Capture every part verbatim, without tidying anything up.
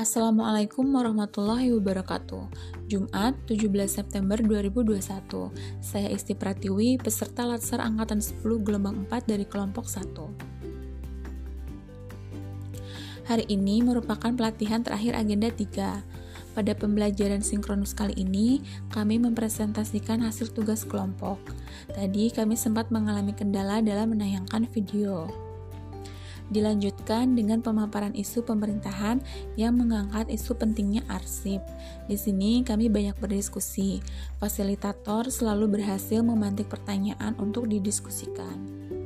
Assalamualaikum warahmatullahi wabarakatuh. Jumat, tujuh belas September dua ribu dua puluh satu. Saya Isti Pratiwi, peserta Latsar Angkatan sepuluh gelombang empat dari kelompok satu. Hari ini merupakan pelatihan terakhir agenda tiga. Pada pembelajaran sinkronus kali ini, kami mempresentasikan hasil tugas kelompok. Tadi kami sempat mengalami kendala dalam menayangkan video. Dilanjutkan dengan pemaparan isu pemerintahan yang mengangkat isu pentingnya arsip. Di sini kami banyak berdiskusi. Fasilitator selalu berhasil memantik pertanyaan untuk didiskusikan.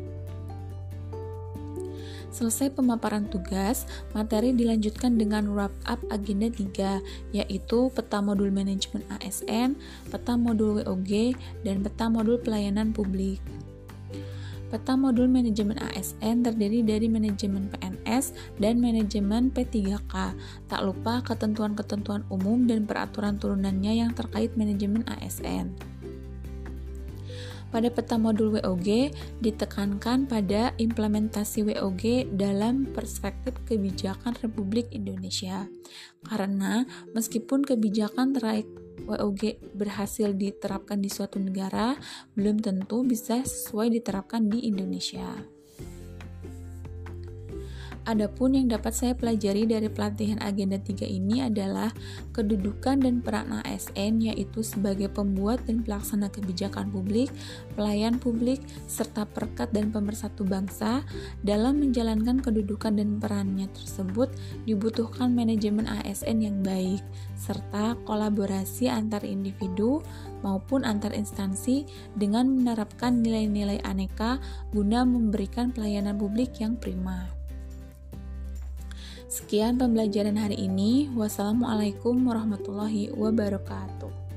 Selesai pemaparan tugas, materi dilanjutkan dengan wrap up agenda tiga, yaitu peta modul manajemen A S N, peta modul W O G, dan peta modul pelayanan publik. Peta modul manajemen A S N terdiri dari manajemen P N S dan manajemen P tiga K. Tak lupa ketentuan-ketentuan umum dan peraturan turunannya yang terkait manajemen A S N. Pada peta modul W O G ditekankan pada implementasi W O G dalam perspektif kebijakan Republik Indonesia. Karena meskipun kebijakan terkait W O G berhasil diterapkan di suatu negara, belum tentu bisa sesuai diterapkan di Indonesia. Adapun yang dapat saya pelajari dari pelatihan agenda tiga ini adalah kedudukan dan peran A S N, yaitu sebagai pembuat dan pelaksana kebijakan publik, pelayan publik, serta perekat dan pemersatu bangsa. Dalam menjalankan kedudukan dan perannya tersebut, dibutuhkan manajemen A S N yang baik, serta kolaborasi antar individu maupun antar instansi dengan menerapkan nilai-nilai aneka guna memberikan pelayanan publik yang prima. Sekian pembelajaran hari ini. Wassalamualaikum warahmatullahi wabarakatuh.